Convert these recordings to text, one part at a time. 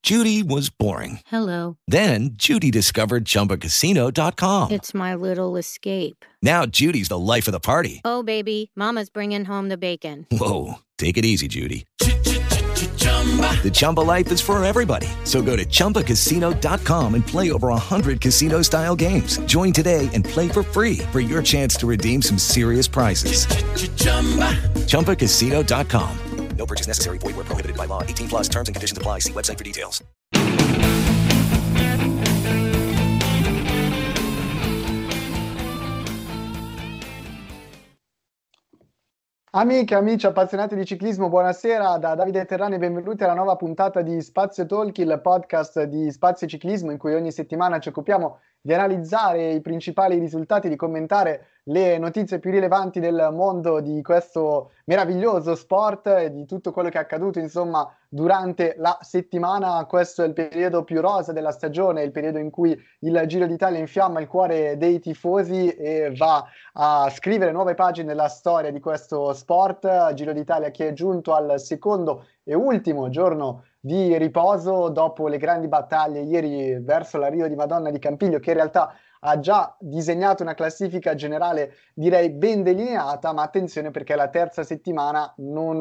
Judy was boring. Hello. Then Judy discovered ChumbaCasino.com. It's my little escape. Now Judy's the life of the party. Oh, baby, mama's bringing home the bacon. Whoa, take it easy, Judy. The Chumba life is for everybody. So go to ChumbaCasino.com and play over 100 casino-style games. Join today and play for free for your chance to redeem some serious prizes. ChumbaCasino.com. No purchase necessary. Void where prohibited by law. 18 plus terms and conditions apply. See website for details. Amiche, amici appassionati di ciclismo, buonasera da Davide Terrani e benvenuti alla nuova puntata di Spazio Talk, il podcast di Spazio Ciclismo in cui ogni settimana ci occupiamo di analizzare i principali risultati, di commentare le notizie più rilevanti del mondo di questo meraviglioso sport e di tutto quello che è accaduto, insomma, durante la settimana. Questo è il periodo più rosa della stagione, il periodo in cui il Giro d'Italia infiamma il cuore dei tifosi e va a scrivere nuove pagine nella storia di questo sport. Giro d'Italia che è giunto al secondo e ultimo giorno di riposo dopo le grandi battaglie ieri verso l'arrivo di Madonna di Campiglio, che in realtà ha già disegnato una classifica generale direi ben delineata, ma attenzione perché la terza settimana non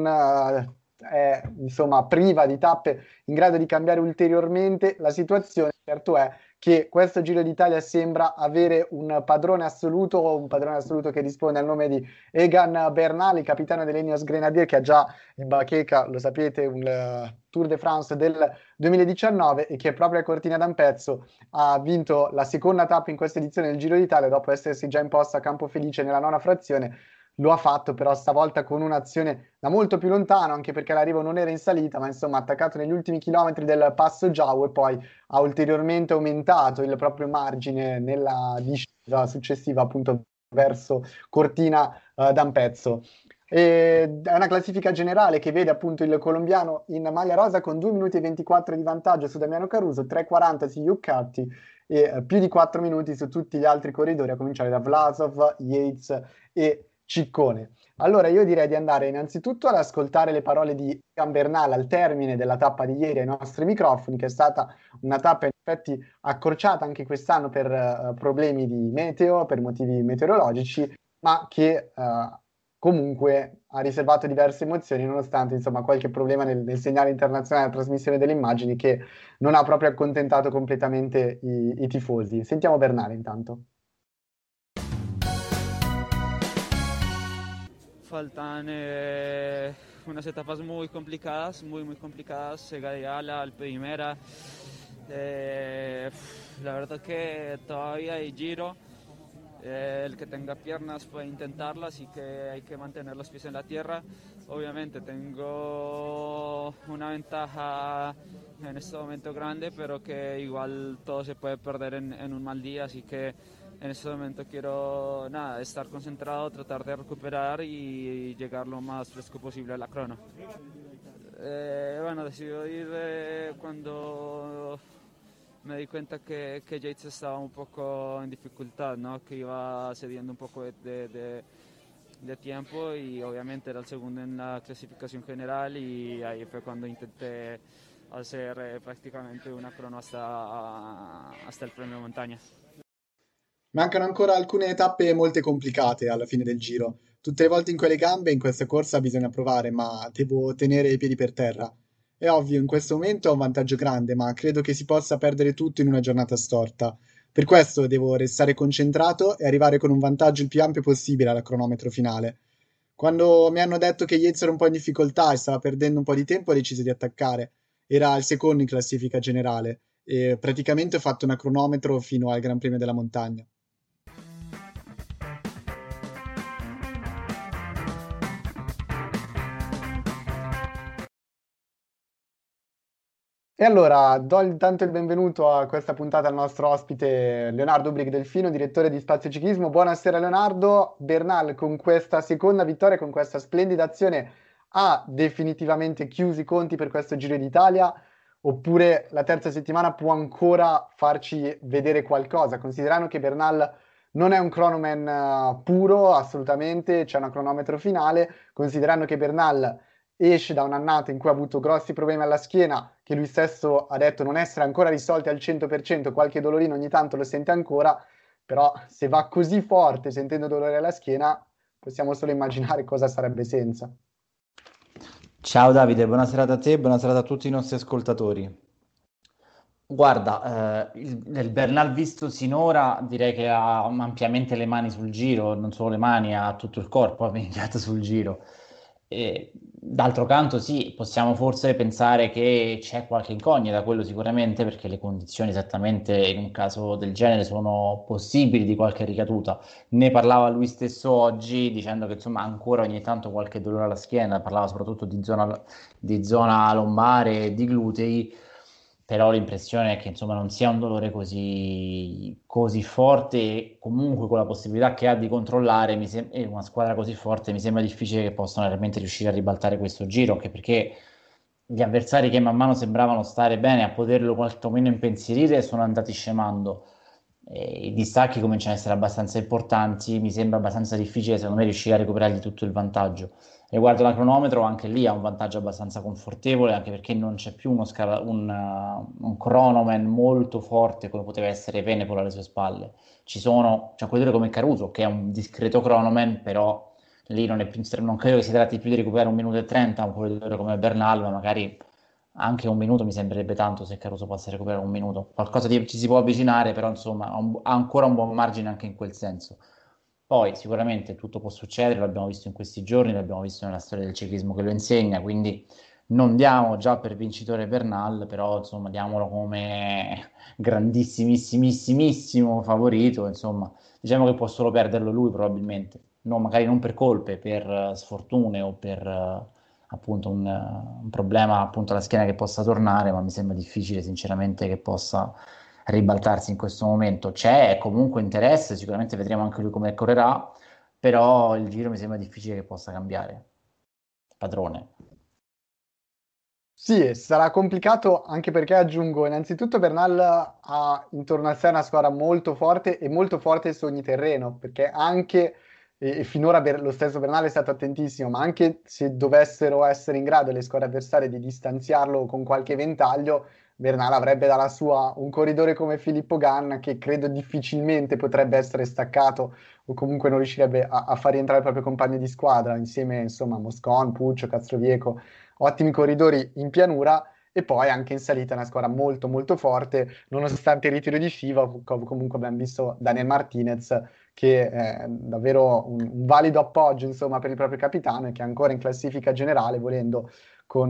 è insomma priva di tappe in grado di cambiare ulteriormente la situazione. Certo è che questo Giro d'Italia sembra avere un padrone assoluto che risponde al nome di Egan Bernal, il capitano dell'Ineos Grenadier, che ha già in bacheca, lo sapete, un Tour de France del 2019 e che proprio a Cortina d'Ampezzo ha vinto la seconda tappa in questa edizione del Giro d'Italia dopo essersi già imposto a Campofelice nella nona frazione. Lo ha fatto però stavolta con un'azione da molto più lontano, anche perché l'arrivo non era in salita, ma insomma attaccato negli ultimi chilometri del Passo Giau e poi ha ulteriormente aumentato il proprio margine nella discesa successiva appunto verso Cortina d'Ampezzo. È una classifica generale che vede appunto il colombiano in maglia rosa con 2 minuti e 24 di vantaggio su Damiano Caruso, 3,40 su Hugh Carty e più di 4 minuti su tutti gli altri corridori, a cominciare da Vlasov, Yates e Ciccone. Allora io direi di andare innanzitutto ad ascoltare le parole di Egan Bernal al termine della tappa di ieri ai nostri microfoni, che è stata una tappa in effetti accorciata anche quest'anno per problemi di meteo, per motivi meteorologici, ma che comunque ha riservato diverse emozioni, nonostante insomma qualche problema nel segnale internazionale, la trasmissione delle immagini, che non ha proprio accontentato completamente i tifosi. Sentiamo Bernal intanto. Faltan unas etapas muy complicadas, muy complicadas, Sega de Ala, Alpedimera. La verdad que todavía hay Giro. El que tenga piernas puede intentarlo, así que hay que mantener los pies en la tierra. Obviamente tengo una ventaja en este momento grande, pero que igual todo se puede perder en un mal día, así que en este momento quiero estar concentrado, tratar de recuperar y llegar lo más fresco posible a la crono. Bueno, decidí ir cuando me di cuenta que Yates estaba un poco en dificultad, ¿no? Que iba cediendo un poco de tiempo y obviamente era el segundo en la clasificación general y ahí fue cuando intenté hacer prácticamente una crono hasta il premio montagna. Mancano ancora alcune tappe molto complicate alla fine del Giro. Tutte le volte in quelle gambe in questa corsa bisogna provare, ma devo tenere i piedi per terra. È ovvio, in questo momento ho un vantaggio grande, ma credo che si possa perdere tutto in una giornata storta. Per questo devo restare concentrato e arrivare con un vantaggio il più ampio possibile alla cronometro finale. Quando mi hanno detto che Yates era un po' in difficoltà e stava perdendo un po' di tempo, ho deciso di attaccare. Era il secondo in classifica generale e praticamente ho fatto una cronometro fino al Gran Premio della Montagna. E allora do intanto il benvenuto a questa puntata al nostro ospite Leonardo Ubric Delfino, direttore di Spazio Ciclismo. Buonasera Leonardo. Bernal con questa seconda vittoria, con questa splendida azione, ha definitivamente chiuso i conti per questo Giro d'Italia, oppure la terza settimana può ancora farci vedere qualcosa, considerando che Bernal non è un cronoman puro, assolutamente, c'è una cronometro finale, considerando che Bernal esce da un'annata in cui ha avuto grossi problemi alla schiena, che lui stesso ha detto non essere ancora risolti al 100%, qualche dolorino ogni tanto lo sente ancora, però se va così forte sentendo dolore alla schiena, possiamo solo immaginare cosa sarebbe senza. Ciao Davide, buona serata a te e buona serata a tutti i nostri ascoltatori. Guarda, il Bernal visto sinora direi che ha ampiamente le mani sul giro, non solo le mani, ha tutto il corpo avvinghiato sul giro. E, d'altro canto sì, possiamo forse pensare che c'è qualche incognita, quello sicuramente, perché le condizioni esattamente in un caso del genere sono possibili di qualche ricaduta. Ne parlava lui stesso oggi dicendo che insomma ancora ogni tanto qualche dolore alla schiena, parlava soprattutto di zona lombare e di glutei, però l'impressione è che insomma non sia un dolore così forte e comunque con la possibilità che ha di controllare e una squadra così forte mi sembra difficile che possano realmente riuscire a ribaltare questo giro, anche perché gli avversari che man mano sembravano stare bene a poterlo quantomeno impensierire sono andati scemando. I distacchi cominciano ad essere abbastanza importanti, mi sembra abbastanza difficile secondo me riuscire a recuperargli tutto il vantaggio. Riguardo la cronometro, anche lì ha un vantaggio abbastanza confortevole, anche perché non c'è più un cronoman molto forte come poteva essere Evenepoel alle sue spalle. C'è un corridore come Caruso, che è un discreto cronoman, però lì non credo che si tratti più di recuperare 1 minuto e 30, un corridore come Bernal, ma magari anche 1 minuto mi sembrerebbe tanto se Caruso possa recuperare 1 minuto. Ci si può avvicinare, però insomma ha ancora un buon margine anche in quel senso. Poi sicuramente tutto può succedere, l'abbiamo visto in questi giorni, l'abbiamo visto nella storia del ciclismo che lo insegna, quindi non diamo già per vincitore Bernal, però insomma diamolo come grandissimissimo favorito, insomma diciamo che può solo perderlo lui probabilmente, no, magari non per colpe, per sfortune o per appunto un problema appunto alla schiena che possa tornare, ma mi sembra difficile sinceramente che possa ribaltarsi in questo momento. C'è comunque interesse, sicuramente vedremo anche lui come correrà, però il giro mi sembra difficile che possa cambiare padrone. Sì, sarà complicato anche perché aggiungo, innanzitutto Bernal ha intorno a sé una squadra molto forte e molto forte su ogni terreno, perché anche, e finora lo stesso Bernal è stato attentissimo, ma anche se dovessero essere in grado le squadre avversarie di distanziarlo con qualche ventaglio, Bernal avrebbe dalla sua un corridore come Filippo Ganna che credo difficilmente potrebbe essere staccato o comunque non riuscirebbe a far rientrare il proprio compagno di squadra, insieme insomma a Moscon, Puccio, Castrovieco, ottimi corridori in pianura e poi anche in salita una squadra molto molto forte, nonostante il ritiro di Shiva, comunque abbiamo visto Daniel Martinez che è davvero un valido appoggio insomma per il proprio capitano e che è ancora in classifica generale volendo con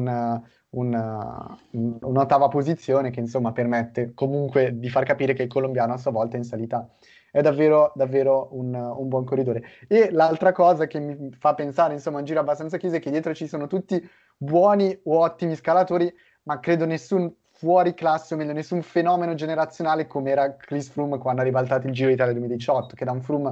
un'ottava posizione che insomma permette comunque di far capire che il colombiano a sua volta è in salita. È davvero, davvero un buon corridore. E l'altra cosa che mi fa pensare, insomma, un giro abbastanza chiuso è che dietro ci sono tutti buoni o ottimi scalatori, ma credo nessun fuori classe, o meglio, nessun fenomeno generazionale come era Chris Froome quando ha ribaltato il Giro d'Italia 2018, che da un Froome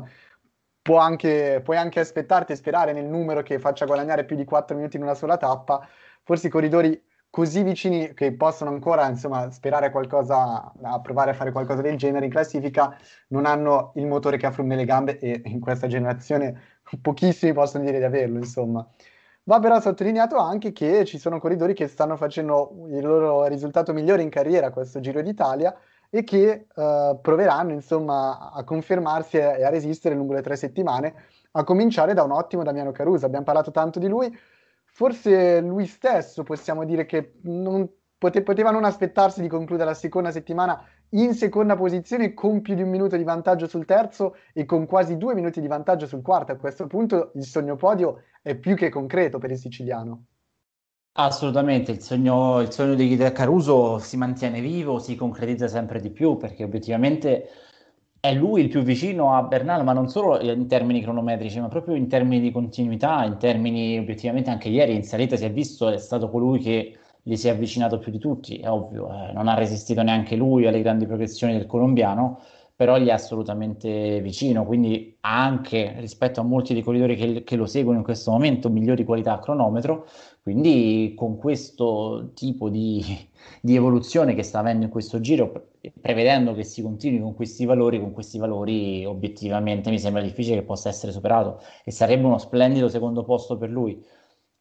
puoi anche aspettarti e sperare nel numero che faccia guadagnare più di 4 minuti in una sola tappa. Forse i corridori così vicini che possono ancora, insomma, sperare qualcosa, a provare a fare qualcosa del genere in classifica, non hanno il motore che ha Froome nelle gambe e in questa generazione pochissimi possono dire di averlo, insomma. Va però sottolineato anche che ci sono corridori che stanno facendo il loro risultato migliore in carriera questo Giro d'Italia e che proveranno insomma a confermarsi e a resistere lungo le 3 settimane, a cominciare da un ottimo Damiano Caruso. Abbiamo parlato tanto di lui, forse lui stesso possiamo dire che poteva non aspettarsi di concludere la seconda settimana in seconda posizione con più di 1 minuto di vantaggio sul terzo e con quasi 2 minuti di vantaggio sul quarto. A questo punto il sogno podio è più che concreto per il siciliano. Assolutamente, il sogno di Caruso si mantiene vivo, si concretizza sempre di più perché obiettivamente è lui il più vicino a Bernal, ma non solo in termini cronometrici, ma proprio in termini di continuità, in termini obiettivamente anche ieri in salita si è visto, è stato colui che gli si è avvicinato più di tutti, è ovvio, non ha resistito neanche lui alle grandi progressioni del colombiano, però gli è assolutamente vicino, quindi ha anche rispetto a molti dei corridori che lo seguono in questo momento migliori qualità a cronometro, quindi con questo tipo di evoluzione che sta avendo in questo giro, prevedendo che si continui con questi valori obiettivamente mi sembra difficile che possa essere superato e sarebbe uno splendido secondo posto per lui.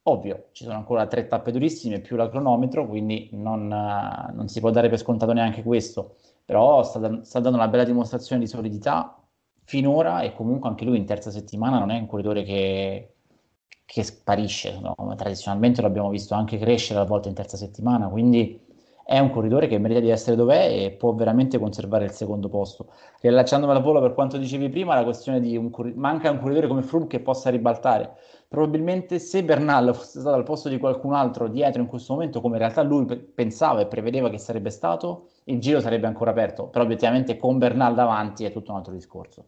Ovvio, ci sono ancora 3 tappe durissime più la cronometro, quindi non si può dare per scontato neanche questo, però sta dando una bella dimostrazione di solidità finora, e comunque anche lui in terza settimana non è un corridore che sparisce, no? Tradizionalmente l'abbiamo visto anche crescere a volte in terza settimana, quindi è un corridore che merita di essere dov'è e può veramente conservare il secondo posto. Riallacciandomi al volo per quanto dicevi prima, la questione di manca un corridore come Froome che possa ribaltare. Probabilmente se Bernal fosse stato al posto di qualcun altro dietro in questo momento, come in realtà lui pensava e prevedeva che sarebbe stato, il giro sarebbe ancora aperto, però obiettivamente con Bernal davanti è tutto un altro discorso.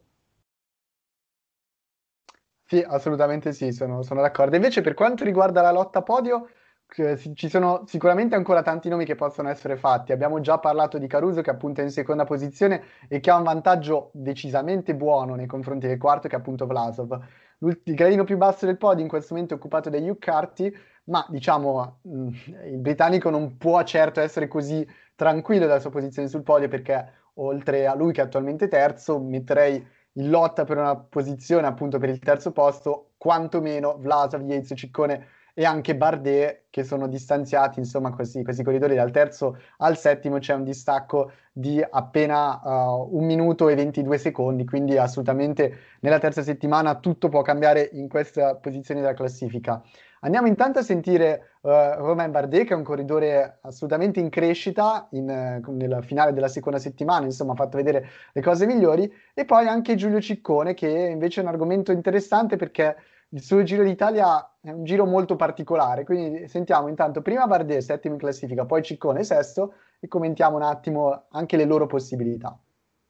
Sì, assolutamente sì, sono d'accordo. Invece per quanto riguarda la lotta a podio, ci sono sicuramente ancora tanti nomi che possono essere fatti. Abbiamo già parlato di Caruso che appunto è in seconda posizione e che ha un vantaggio decisamente buono nei confronti del quarto che è appunto Vlasov. Il gradino più basso del podio in questo momento è occupato da Hugh Carty, ma diciamo il britannico non può certo essere così tranquillo dalla sua posizione sul podio perché oltre a lui che è attualmente terzo, metterei in lotta per una posizione appunto per il terzo posto, quantomeno Vlasov, Yates, Ciccone e anche Bardet che sono distanziati, insomma questi corridori dal terzo al settimo c'è un distacco di appena 1 minuto e 22 secondi, quindi assolutamente nella terza settimana tutto può cambiare in questa posizione della classifica. Andiamo intanto a sentire Romain Bardet, che è un corridore assolutamente in crescita nel finale della seconda settimana, insomma ha fatto vedere le cose migliori, e poi anche Giulio Ciccone, che invece è un argomento interessante perché il suo Giro d'Italia è un giro molto particolare, quindi sentiamo intanto prima Bardet, settimo in classifica, poi Ciccone, sesto, e commentiamo un attimo anche le loro possibilità.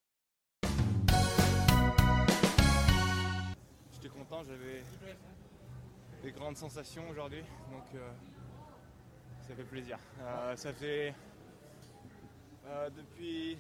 J'étais content, j'avais des grandes sensations aujourd'hui, donc ça fait plaisir. Ça fait depuis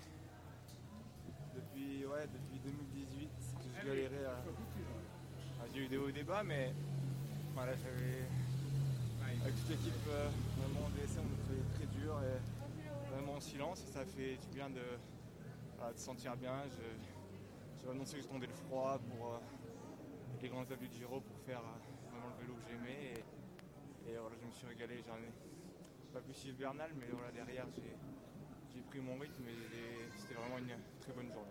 2018 que je galérais j'ai eu des hauts et des bas, mais voilà, avec toute l'équipe vraiment DSM on a travaillé très dur et vraiment en silence, et ça fait du bien de se sentir bien. J'ai annoncé que je tombais le froid pour les grandes étapes du Giro pour faire vraiment le vélo que j'aimais, et voilà, je me suis régalé. J'en ai pas pu suivre Bernal, mais voilà, derrière j'ai pris mon rythme et c'était vraiment une très bonne journée.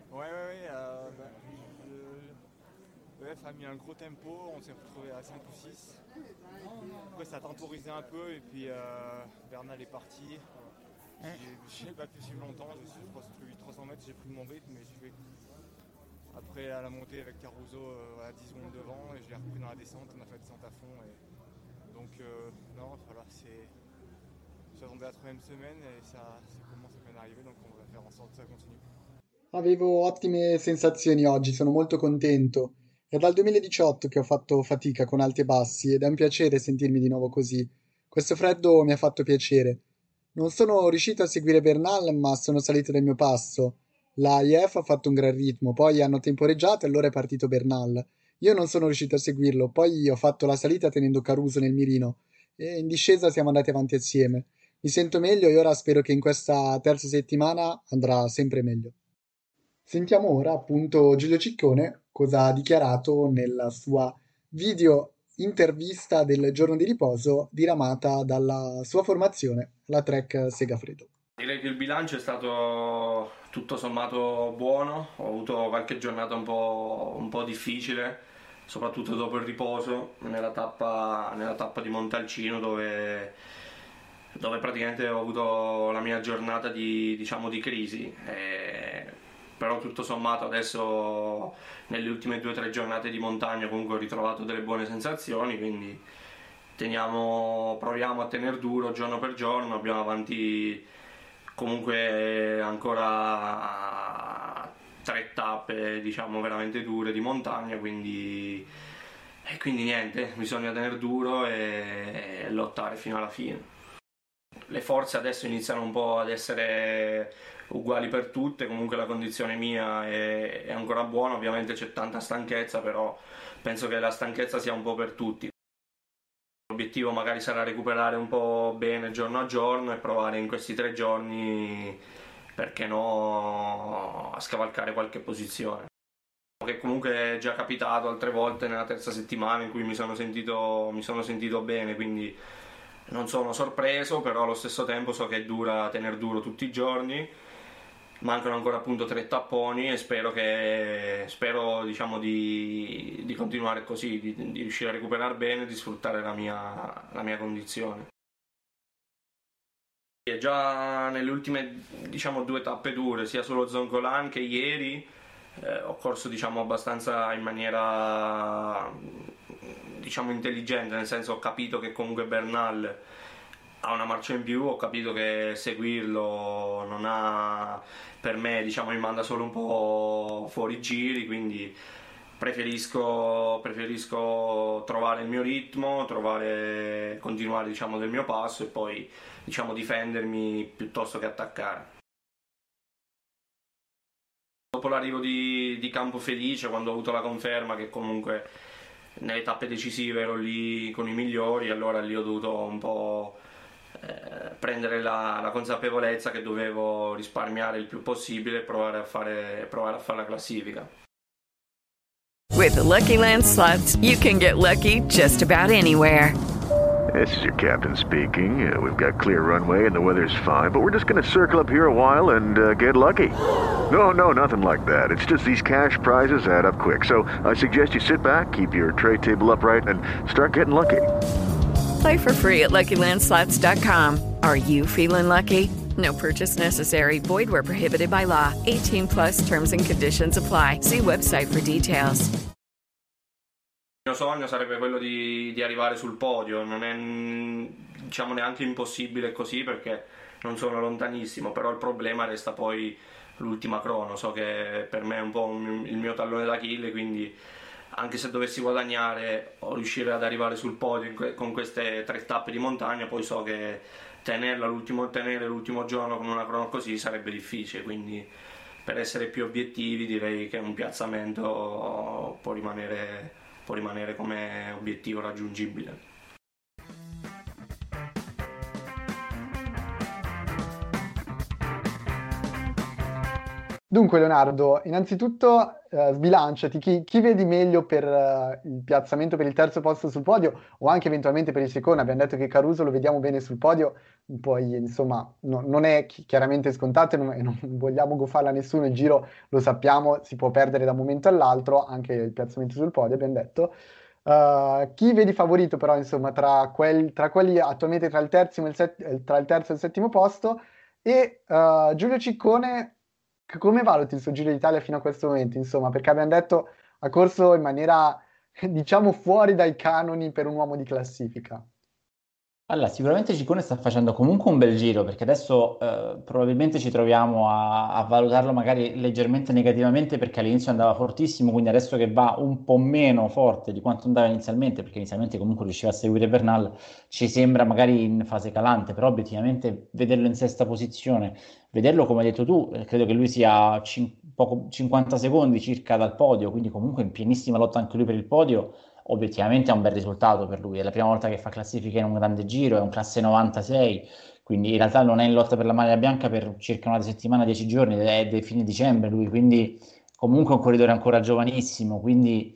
Le F a mis un gros tempo, on s'est retrouvé à 5 ou 6. Après ça a temporisé un peu et puis Bernal est parti. Je n'ai pas pu suivre longtemps, je crois que sur 300 mètres j'ai pris mon rythme et j'ai fait. Après à la montée avec Caruso à 10 secondes devant, et je l'ai repris dans la descente, on a fait la descente à fond. Donc non, voilà, je suis tombé à la 3e semaine et ça commence à bien arriver, donc on va faire en sorte que ça continue. Avevo ottime sensazioni oggi, sono molto contento. È dal 2018 che ho fatto fatica con alti e bassi ed è un piacere sentirmi di nuovo così. Questo freddo mi ha fatto piacere. Non sono riuscito a seguire Bernal, ma sono salito nel mio passo. La IF ha fatto un gran ritmo, poi hanno temporeggiato e allora è partito Bernal. Io non sono riuscito a seguirlo, poi ho fatto la salita tenendo Caruso nel mirino e in discesa siamo andati avanti assieme. Mi sento meglio e ora spero che in questa terza settimana andrà sempre meglio. Sentiamo ora appunto Giulio Ciccone cosa ha dichiarato nella sua video intervista del giorno di riposo diramata dalla sua formazione, la Trek Segafredo. Direi che il bilancio è stato tutto sommato buono, ho avuto qualche giornata un po' difficile, soprattutto dopo il riposo, nella tappa di Montalcino dove praticamente ho avuto la mia giornata di crisi. Però tutto sommato adesso nelle ultime 2 o 3 giornate di montagna comunque ho ritrovato delle buone sensazioni, quindi proviamo a tenere duro giorno per giorno, abbiamo avanti comunque ancora 3 tappe veramente dure di montagna, quindi niente, bisogna tenere duro e lottare fino alla fine. Le forze adesso iniziano un po' ad essere uguali per tutte, comunque la condizione mia è ancora buona, ovviamente c'è tanta stanchezza, però penso che la stanchezza sia un po' per tutti. L'obiettivo magari sarà recuperare un po' bene giorno a giorno e provare in questi 3 giorni, perché no, a scavalcare qualche posizione. che comunque è già capitato altre volte nella terza settimana in cui mi sono sentito bene, quindi non sono sorpreso, però allo stesso tempo so che è dura tenere duro tutti i giorni. Mancano ancora appunto 3 tapponi e spero diciamo di continuare così, di riuscire a recuperare bene e di sfruttare la mia condizione. E già nelle ultime, diciamo, 2 tappe dure, sia sullo Zoncolan che ieri, ho corso, diciamo, abbastanza in maniera, diciamo, intelligente, nel senso ho capito che comunque Bernal ha una marcia in più, ho capito che seguirlo non ha, per me, diciamo, mi manda solo un po' fuori giri, quindi preferisco trovare il mio ritmo, continuare, diciamo, del mio passo e poi, diciamo, difendermi piuttosto che attaccare. Dopo l'arrivo di Campofelice, quando ho avuto la conferma che comunque nelle tappe decisive ero lì con i migliori, allora lì ho dovuto un po' prendere la consapevolezza che dovevo risparmiare il più possibile e provare a fare la classifica. With the Lucky Land Slots, you can get lucky just about anywhere. This is your captain speaking. We've got clear runway and the weather's fine, but we're just going to circle up here a while and get lucky. No, nothing like that. It's just these cash prizes add up quick. So I suggest you sit back, keep your tray table upright, and start getting lucky. Play for free at LuckyLandSlots.com. Are you feeling lucky? No purchase necessary. Void where prohibited by law. 18 plus terms and conditions apply. See website for details. Il mio sogno sarebbe quello di arrivare sul podio, non è, diciamo, neanche impossibile così perché non sono lontanissimo, però il problema resta poi l'ultima crono. So che per me è un po' il mio tallone d'Achille, quindi anche se dovessi guadagnare o riuscire ad arrivare sul podio con queste 3 tappe di montagna, poi so che tenere l'ultimo giorno con una crono così sarebbe difficile, quindi per essere più obiettivi direi che un piazzamento può rimanere come obiettivo raggiungibile. Dunque Leonardo, innanzitutto sbilanciati, chi vedi meglio per il piazzamento per il terzo posto sul podio o anche eventualmente per il secondo? Abbiamo detto che Caruso lo vediamo bene sul podio, poi insomma non è chiaramente scontato e non vogliamo goffarla a nessuno, il giro lo sappiamo, si può perdere da un momento all'altro, anche il piazzamento sul podio abbiamo detto. Chi vedi favorito però insomma tra quelli attualmente tra il terzo e il settimo posto e Giulio Ciccone? Come valuti il suo Giro d'Italia fino a questo momento, insomma, perché abbiamo detto ha corso in maniera, diciamo, fuori dai canoni per un uomo di classifica. Allora, sicuramente Ciccone sta facendo comunque un bel giro, perché adesso probabilmente ci troviamo a valutarlo magari leggermente negativamente perché all'inizio andava fortissimo, quindi adesso che va un po' meno forte di quanto andava inizialmente, perché inizialmente comunque riusciva a seguire Bernal, ci sembra magari in fase calante, però obiettivamente vederlo in sesta posizione, vederlo come hai detto tu, credo che lui sia 50 secondi circa dal podio, quindi comunque in pienissima lotta anche lui per il podio. Obiettivamente è un bel risultato per lui, è la prima volta che fa classifica in un grande giro, è un classe 96, quindi in realtà non è in lotta per la maglia bianca per circa una settimana, 10 giorni, è di fine dicembre lui, quindi comunque è un corridore ancora giovanissimo, quindi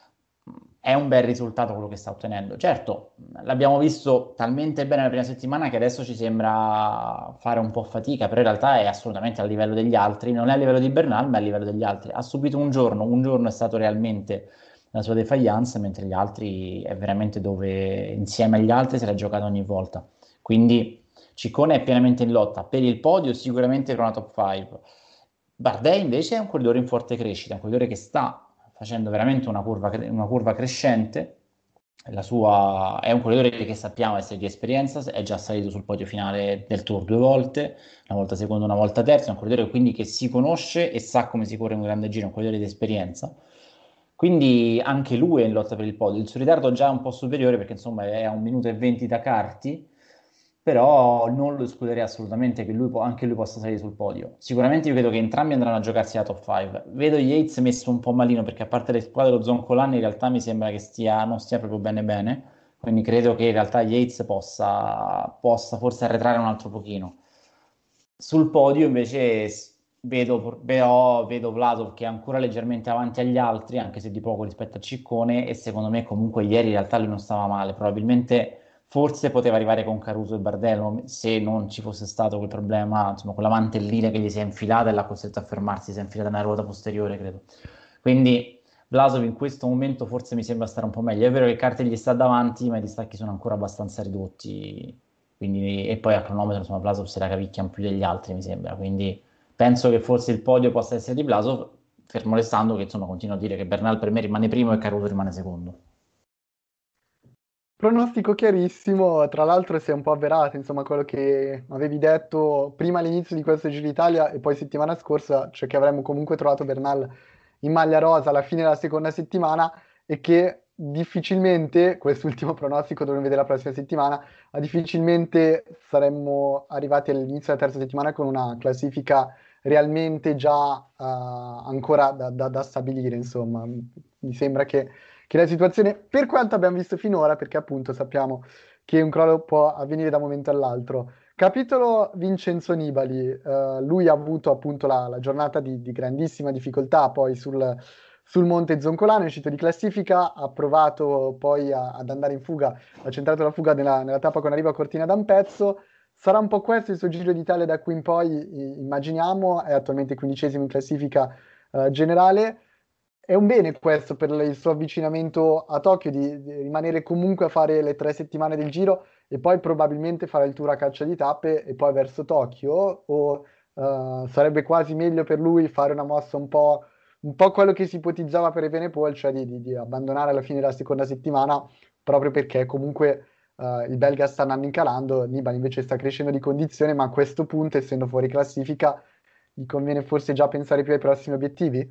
è un bel risultato quello che sta ottenendo. Certo, l'abbiamo visto talmente bene la prima settimana che adesso ci sembra fare un po' fatica, però in realtà è assolutamente a livello degli altri, non è a livello di Bernal ma è a livello degli altri. Ha subito un giorno è stato realmente la sua defiance, mentre gli altri è veramente dove insieme agli altri se l'è giocato ogni volta. Quindi Ciccone è pienamente in lotta per il podio, sicuramente per una top 5. Bardet invece è un corridore in forte crescita, un corridore che sta facendo veramente una curva crescente. È un corridore che sappiamo essere di esperienza, è già salito sul podio finale del Tour 2 volte, una volta secondo, una volta terzo, è un corridore quindi che si conosce e sa come si corre un grande giro, un corridore di esperienza. Quindi anche lui è in lotta per il podio. Il suo ritardo già è un po' superiore perché insomma è a 1 minuto e 20 da Carti, però non lo escluderei assolutamente che anche lui possa salire sul podio. Sicuramente io credo che entrambi andranno a giocarsi la top 5. Vedo Yates messo un po' malino perché a parte le squadre dello Zoncolan in realtà mi sembra che non stia proprio bene, quindi credo che in realtà Yates possa forse arretrare un altro pochino. Sul podio invece vedo Vlasov che è ancora leggermente avanti agli altri, anche se di poco rispetto a Ciccone, e secondo me comunque ieri in realtà lui non stava male, probabilmente forse poteva arrivare con Caruso e Bardello se non ci fosse stato quel problema, insomma quella mantellina che gli si è infilata e l'ha costretto a fermarsi, si è infilata nella ruota posteriore credo. Quindi Vlasov in questo momento forse mi sembra stare un po' meglio, è vero che Carter gli sta davanti ma i distacchi sono ancora abbastanza ridotti, quindi, e poi a cronometro insomma Vlasov se la cavicchia più degli altri mi sembra, quindi penso che forse il podio possa essere di Vlasov, fermo restando che insomma continuo a dire che Bernal per me rimane primo e Caruso rimane secondo. Pronostico chiarissimo, tra l'altro si è un po' avverato, insomma, quello che avevi detto prima all'inizio di questo Giro d'Italia e poi settimana scorsa, cioè che avremmo comunque trovato Bernal in maglia rosa alla fine della seconda settimana e che difficilmente, quest'ultimo pronostico dovremo vedere la prossima settimana, ma difficilmente saremmo arrivati all'inizio della terza settimana con una classifica realmente già ancora da stabilire, insomma. Mi sembra che la situazione, per quanto abbiamo visto finora, perché appunto sappiamo che un crollo può avvenire da un momento all'altro. Capitolo Vincenzo Nibali, lui ha avuto appunto la giornata di grandissima difficoltà poi sul Monte Zoncolano, è uscito di classifica, ha provato poi ad andare in fuga, ha centrato la fuga nella tappa con arrivo a Cortina d'Ampezzo. Sarà un po' questo il suo Giro d'Italia da qui in poi, immaginiamo, è attualmente 15esimo in classifica generale. È un bene questo per il suo avvicinamento a Tokyo, di rimanere comunque a fare le 3 settimane del Giro e poi probabilmente fare il tour a caccia di tappe e poi verso Tokyo, o sarebbe quasi meglio per lui fare una mossa un po' quello che si ipotizzava per Evenepoel, cioè di abbandonare alla fine della seconda settimana, proprio perché comunque il belga sta andando in calando, Nibali invece sta crescendo di condizione, ma a questo punto, essendo fuori classifica, gli conviene forse già pensare più ai prossimi obiettivi?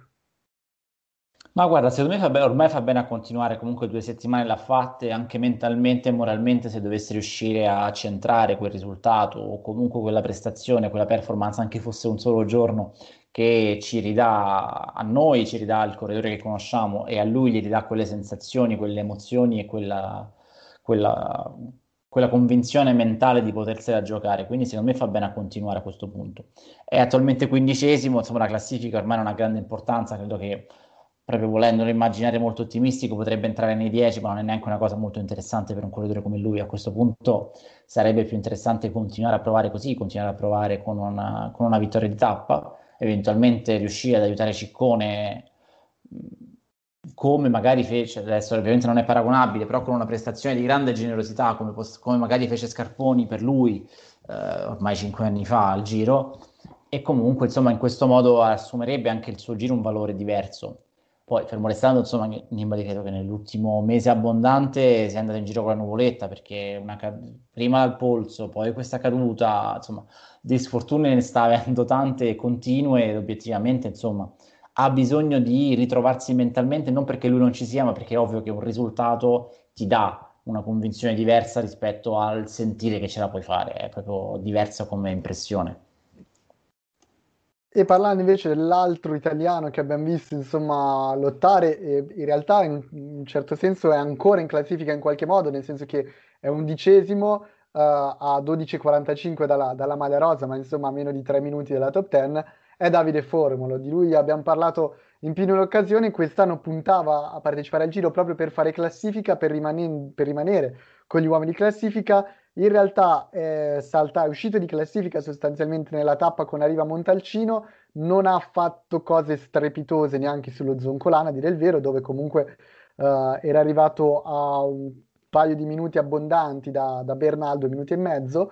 Ma guarda, secondo me ormai fa bene a continuare, comunque 2 settimane l'ha fatte, anche mentalmente e moralmente, se dovesse riuscire a centrare quel risultato o comunque quella prestazione, quella performance, anche fosse un solo giorno, che ci ridà a noi, ci ridà il corridore che conosciamo e a lui gli ridà quelle sensazioni, quelle emozioni e quella, quella convinzione mentale di potersela giocare, quindi secondo me fa bene a continuare a questo punto. È attualmente 15esimo, insomma la classifica ormai non ha grande importanza, credo che proprio volendolo immaginare molto ottimistico, potrebbe entrare nei 10, ma non è neanche una cosa molto interessante per un corridore come lui. A questo punto sarebbe più interessante continuare a provare così, continuare a provare con una vittoria di tappa, eventualmente riuscire ad aiutare Ciccone come magari fece, adesso ovviamente non è paragonabile, però con una prestazione di grande generosità, come magari fece Scarponi per lui ormai 5 anni fa al Giro, e comunque insomma in questo modo assumerebbe anche il suo Giro un valore diverso. Poi, fermo restando, insomma, Nibali credo che nell'ultimo mese abbondante sia andato in giro con la nuvoletta, perché prima il polso, poi questa caduta, insomma, di sfortune ne sta avendo tante continue ed obiettivamente, insomma, ha bisogno di ritrovarsi mentalmente, non perché lui non ci sia, ma perché è ovvio che un risultato ti dà una convinzione diversa rispetto al sentire che ce la puoi fare, è proprio diversa come impressione. E parlando invece dell'altro italiano che abbiamo visto insomma lottare, e in realtà in un certo senso è ancora in classifica in qualche modo, nel senso che è 11esimo a 12,45 dalla maglia rosa, ma insomma a meno di 3 minuti dalla top 10, è Davide Formolo. Di lui abbiamo parlato in più di un'occasione, quest'anno puntava a partecipare al Giro proprio per fare classifica, per rimanere con gli uomini di classifica. In realtà è uscito di classifica sostanzialmente nella tappa con arriva a Montalcino, non ha fatto cose strepitose neanche sullo Zoncolano, a dire il vero, dove comunque era arrivato a un paio di minuti abbondanti da Bernal, 2 minuti e mezzo,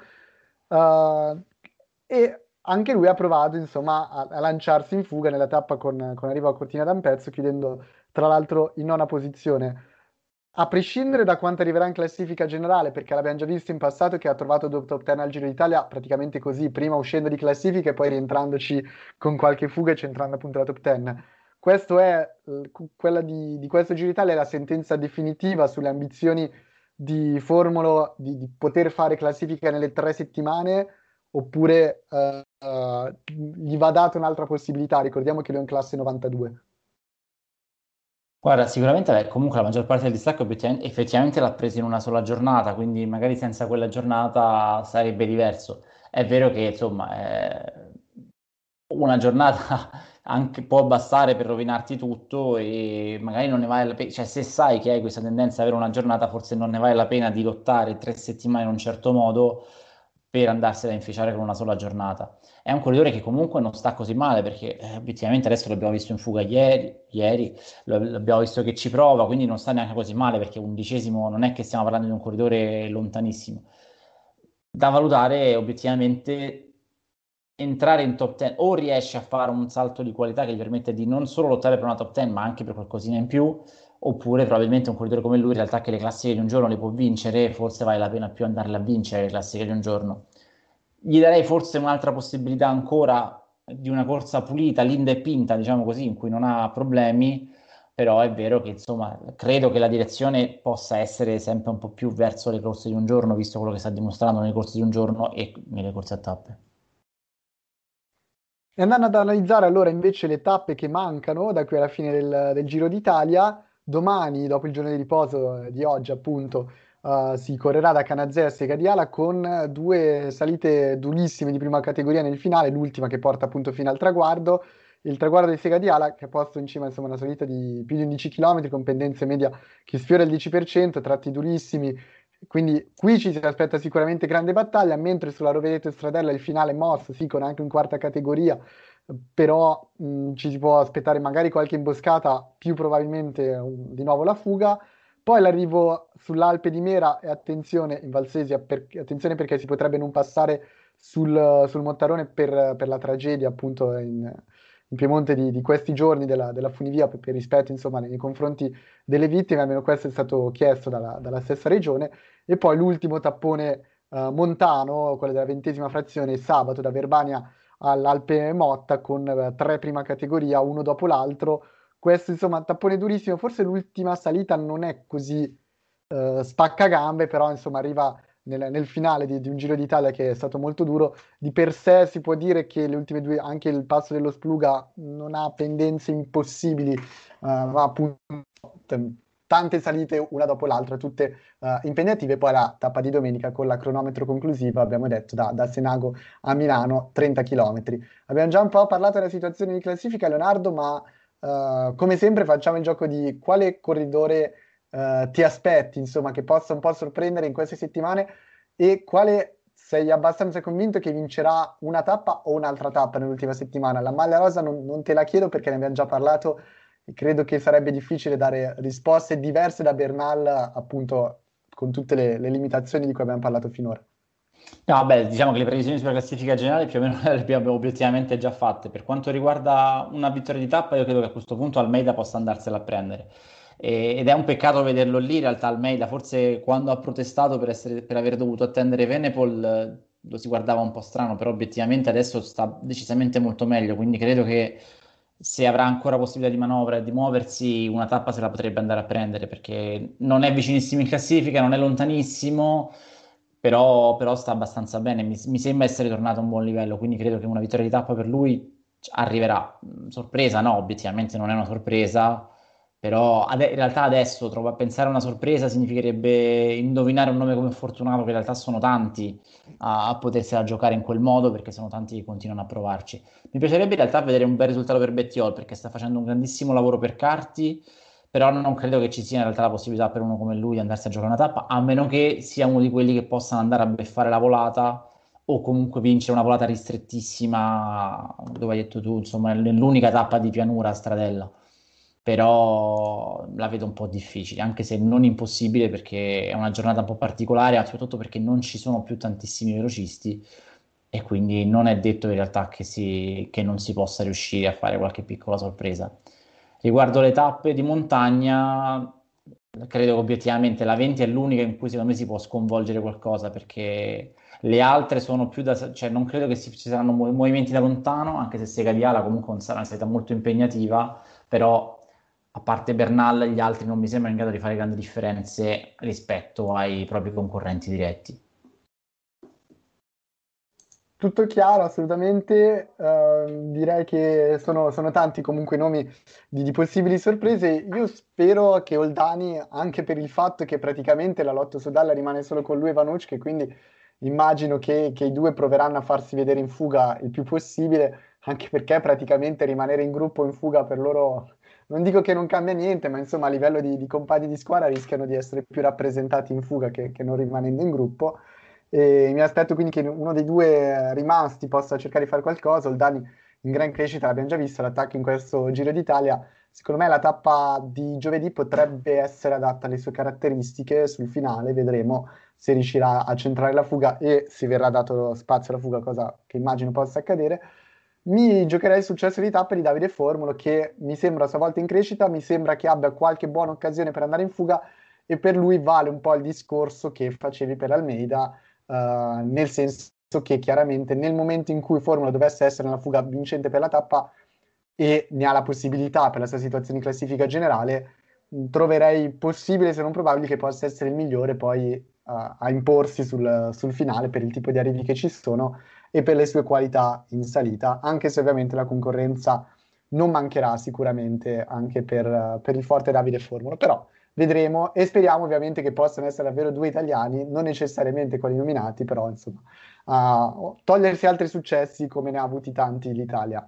e anche lui ha provato insomma a lanciarsi in fuga nella tappa con arrivo a Cortina d'Ampezzo, chiudendo tra l'altro in 9ª posizione. A prescindere da quanto arriverà in classifica generale, perché l'abbiamo già visto in passato che ha trovato 2 top 10 al Giro d'Italia praticamente così, prima uscendo di classifica e poi rientrandoci con qualche fuga e centrando appunto la top 10. Questo è, quella di questo Giro d'Italia è la sentenza definitiva sulle ambizioni di Formolo di poter fare classifica nelle 3 settimane, oppure gli va data un'altra possibilità. Ricordiamo che lui è in classe 92. Guarda, sicuramente comunque la maggior parte del distacco effettivamente l'ha preso in una sola giornata, quindi magari senza quella giornata sarebbe diverso. È vero che insomma una giornata anche può bastare per rovinarti tutto e magari non ne vale la pena, cioè se sai che hai questa tendenza ad avere una giornata, forse non ne vale la pena di lottare 3 settimane in un certo modo per andarsela a inficiare con una sola giornata. È un corridore che comunque non sta così male perché obiettivamente adesso l'abbiamo visto in fuga ieri l'abbiamo visto che ci prova, quindi non sta neanche così male perché 11° non è che stiamo parlando di un corridore lontanissimo. Da valutare obiettivamente entrare in top 10 o riesce a fare un salto di qualità che gli permette di non solo lottare per una top 10 ma anche per qualcosina in più, oppure probabilmente un corridore come lui in realtà che le classiche di un giorno le può vincere, forse vale la pena più andarle a vincere le classiche di un giorno. Gli darei forse un'altra possibilità ancora di una corsa pulita, linda e pinta, diciamo così, in cui non ha problemi, però è vero che insomma credo che la direzione possa essere sempre un po' più verso le corse di un giorno, visto quello che sta dimostrando nelle corse di un giorno e nelle corse a tappe. E andando ad analizzare allora invece le tappe che mancano da qui alla fine del Giro d'Italia, domani, dopo il giorno di riposo di oggi appunto, si correrà da Canazea a Segadiala con 2 salite durissime di prima categoria nel finale, l'ultima che porta appunto fino al traguardo. Il traguardo di Segadiala che ha posto in cima insomma una salita di più di 11 km con pendenza media che sfiora il 10%, tratti durissimi, quindi qui ci si aspetta sicuramente grande battaglia, mentre sulla Rovereto Stradella il finale mosso, sì, con anche in quarta categoria, però ci si può aspettare magari qualche imboscata, più probabilmente di nuovo la fuga. Poi l'arrivo sull'Alpe di Mera e attenzione in Valsesia, attenzione perché si potrebbe non passare sul Montarone per la tragedia appunto in Piemonte di questi giorni della funivia per rispetto insomma nei confronti delle vittime, almeno questo è stato chiesto dalla stessa regione. E poi l'ultimo tappone montano, quello della 20ª frazione, sabato da Verbania all'Alpe Motta con 3 prima categoria, uno dopo l'altro. Questo insomma tappone durissimo, forse l'ultima salita non è così spaccagambe, però insomma arriva nel finale di un Giro d'Italia che è stato molto duro. Di per sé si può dire che le ultime 2, anche il passo dello Spluga non ha pendenze impossibili, ma appunto tante salite una dopo l'altra, tutte impegnative. Poi la tappa di domenica con la cronometro conclusiva, abbiamo detto, da Senago a Milano, 30 km. Abbiamo già un po' parlato della situazione di classifica, Leonardo, ma come sempre facciamo il gioco di quale corridore ti aspetti, insomma, che possa un po' sorprendere in queste settimane e quale sei abbastanza convinto che vincerà una tappa o un'altra tappa nell'ultima settimana. La maglia rosa non te la chiedo perché ne abbiamo già parlato e credo che sarebbe difficile dare risposte diverse da Bernal, appunto, con tutte le limitazioni di cui abbiamo parlato finora. No, beh, diciamo che le previsioni sulla classifica generale più o meno le abbiamo obiettivamente già fatte. Per quanto riguarda una vittoria di tappa, io credo che a questo punto Almeida possa andarsela a prendere. Ed è un peccato vederlo lì, in realtà Almeida, forse quando ha protestato per aver dovuto attendere Venepol, lo si guardava un po' strano, però obiettivamente adesso sta decisamente molto meglio, quindi credo che se avrà ancora possibilità di manovra e di muoversi, una tappa se la potrebbe andare a prendere, perché non è vicinissimo in classifica, non è lontanissimo, però sta abbastanza bene, mi sembra essere tornato a un buon livello, quindi credo che una vittoria di tappa per lui arriverà. Sorpresa no, obiettivamente non è una sorpresa, però in realtà adesso pensare a una sorpresa significherebbe indovinare un nome come Fortunato, che in realtà sono tanti a potersela giocare in quel modo, perché sono tanti che continuano a provarci. Mi piacerebbe in realtà vedere un bel risultato per Bettiol, perché sta facendo un grandissimo lavoro per Carti, però non credo che ci sia in realtà la possibilità per uno come lui di andarsi a giocare una tappa, a meno che sia uno di quelli che possano andare a beffare la volata o comunque vincere una volata ristrettissima, dove hai detto tu, insomma, nell'unica tappa di pianura a Stradella. Però la vedo un po' difficile, anche se non impossibile, perché è una giornata un po' particolare, ma soprattutto perché non ci sono più tantissimi velocisti e quindi non è detto in realtà che non si possa riuscire a fare qualche piccola sorpresa. Riguardo le tappe di montagna, credo che obiettivamente la 20 è l'unica in cui secondo me si può sconvolgere qualcosa, perché le altre sono più cioè non credo che ci saranno movimenti da lontano, anche se Segadiala comunque non sarà una salita molto impegnativa, però a parte Bernal gli altri non mi sembrano in grado di fare grandi differenze rispetto ai propri concorrenti diretti. Tutto chiaro, assolutamente. Direi che sono tanti comunque i nomi di possibili sorprese. Io spero che Oldani, anche per il fatto che praticamente la Lotto Soudal rimane solo con lui e Vanucci, quindi immagino che i due proveranno a farsi vedere in fuga il più possibile. anche perché praticamente rimanere in gruppo in fuga per loro, non dico che non cambia niente, ma insomma a livello di compagni di squadra rischiano di essere più rappresentati in fuga che non rimanendo in gruppo. E mi aspetto quindi che uno dei due rimasti possa cercare di fare qualcosa. Oldani in gran crescita, l'abbiamo già visto, l'attacco in questo Giro d'Italia. Secondo me la tappa di giovedì potrebbe essere adatta alle sue caratteristiche. Sul finale vedremo se riuscirà a centrare la fuga e se verrà dato spazio alla fuga, cosa che immagino possa accadere. Mi giocherei il successo di tappe di Davide Formulo, che mi sembra a sua volta in crescita, mi sembra che abbia qualche buona occasione per andare in fuga, e per lui vale un po' il discorso che facevi per Almeida, nel senso che chiaramente nel momento in cui Formula dovesse essere nella fuga vincente per la tappa e ne ha la possibilità per la sua situazione in classifica generale, troverei possibile, se non probabile, che possa essere il migliore poi a imporsi sul finale per il tipo di arrivi che ci sono e per le sue qualità in salita, anche se ovviamente la concorrenza non mancherà sicuramente anche per il forte Davide Formula. Però vedremo e speriamo ovviamente che possano essere davvero due italiani, non necessariamente quelli nominati, però insomma togliersi altri successi come ne ha avuti tanti l'Italia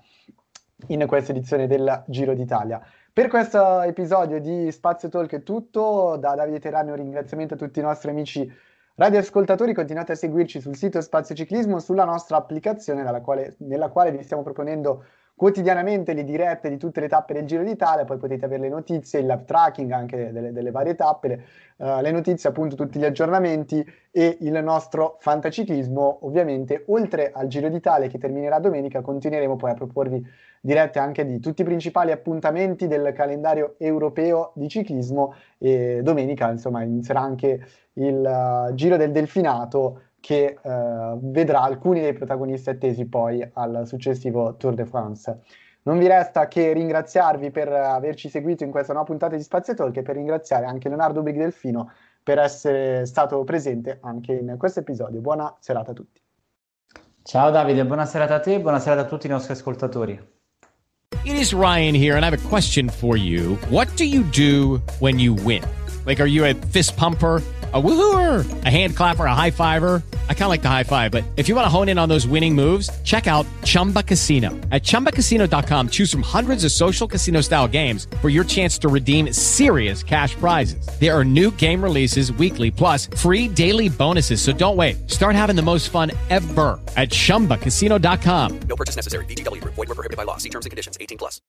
in questa edizione del Giro d'Italia. Per questo episodio di Spazio Talk è tutto. Da Davide Terrani un ringraziamento a tutti i nostri amici radioascoltatori. Continuate a seguirci sul sito Spazio Ciclismo, sulla nostra applicazione nella quale vi stiamo proponendo quotidianamente le dirette di tutte le tappe del Giro d'Italia. Poi potete avere le notizie, il live tracking anche delle varie tappe, le notizie, appunto tutti gli aggiornamenti e il nostro fantaciclismo. Ovviamente oltre al Giro d'Italia che terminerà domenica, continueremo poi a proporvi dirette anche di tutti i principali appuntamenti del calendario europeo di ciclismo, e domenica insomma inizierà anche il Giro del Delfinato, che vedrà alcuni dei protagonisti attesi poi al successivo Tour de France. Non vi resta che ringraziarvi per averci seguito in questa nuova puntata di Spazio Talk e per ringraziare anche Leonardo Big Delfino per essere stato presente anche in questo episodio. Buona serata a tutti. Ciao Davide, buona serata a te e buona serata a tutti i nostri ascoltatori. It is Ryan here, and I have a question for you. What do you do when you win? Like, are you a fist pumper, a woohooer, a hand clapper, a high fiver? I kind of like the high five, but if you want to hone in on those winning moves, check out Chumba Casino. At ChumbaCasino.com, choose from hundreds of social casino-style games for your chance to redeem serious cash prizes. There are new game releases weekly, plus free daily bonuses, so don't wait. Start having the most fun ever at ChumbaCasino.com. No purchase necessary. VGW Group. Void where prohibited by law. See terms and conditions. 18+.